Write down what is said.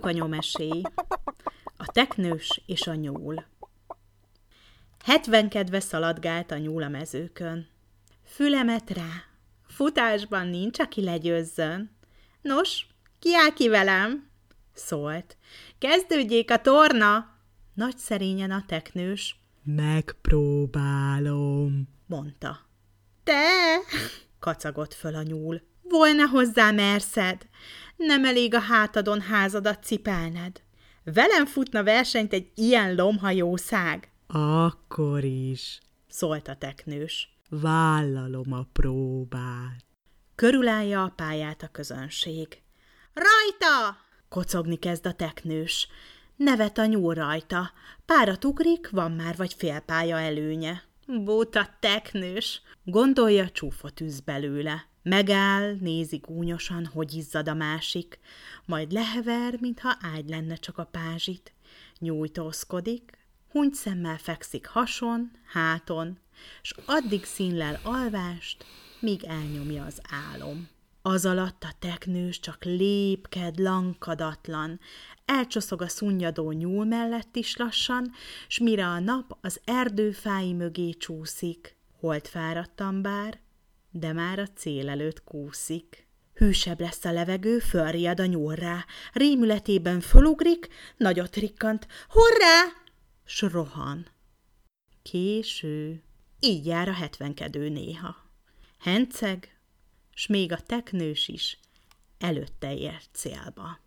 Takanyomesé. A teknős és a nyúl. 70 kedve szaladgált a nyúl a mezőkön. Fülemet rá, futásban nincs, aki legyőzzön. Nos, ki áll ki velem? Szólt. Kezdődjék a torna! Nagy szerényen a teknős. Megpróbálom, mondta. Te! Kacagott föl a nyúl. Volna hozzá merszed! Nem elég a hátadon házadat cipelned. Velem futna versenyt egy ilyen lomhajószág. Akkor is, szólt a teknős. Vállalom a próbát. Körülállja a pályát a közönség. Rajta! Kocogni kezd a teknős. Nevet a nyúl rajta. Párat ugrik, van már vagy fél pálya előnye. Buta teknős, gondolja, csúfot üz belőle. Megáll, nézi gúnyosan, hogy izzad a másik, majd lehever, mintha ágy lenne csak a pázsit. Nyújtózkodik, hungyszemmel fekszik hason, háton, s addig színlel alvást, míg elnyomja az álom. Az alatt a teknős csak lépked, lankadatlan, elcsoszog a szunnyadó nyúl mellett is lassan, s mire a nap az erdőfái mögé csúszik, holdfáradtan bár, de már a cél előtt kúszik. Hűsebb lesz a levegő, fölriad a nyúl rá, rémületében fölugrik, nagyot rikkant, hurrá! S rohan. Késő, így jár a 70-kedő néha. Henceg, s még a teknős is előtte ért célba.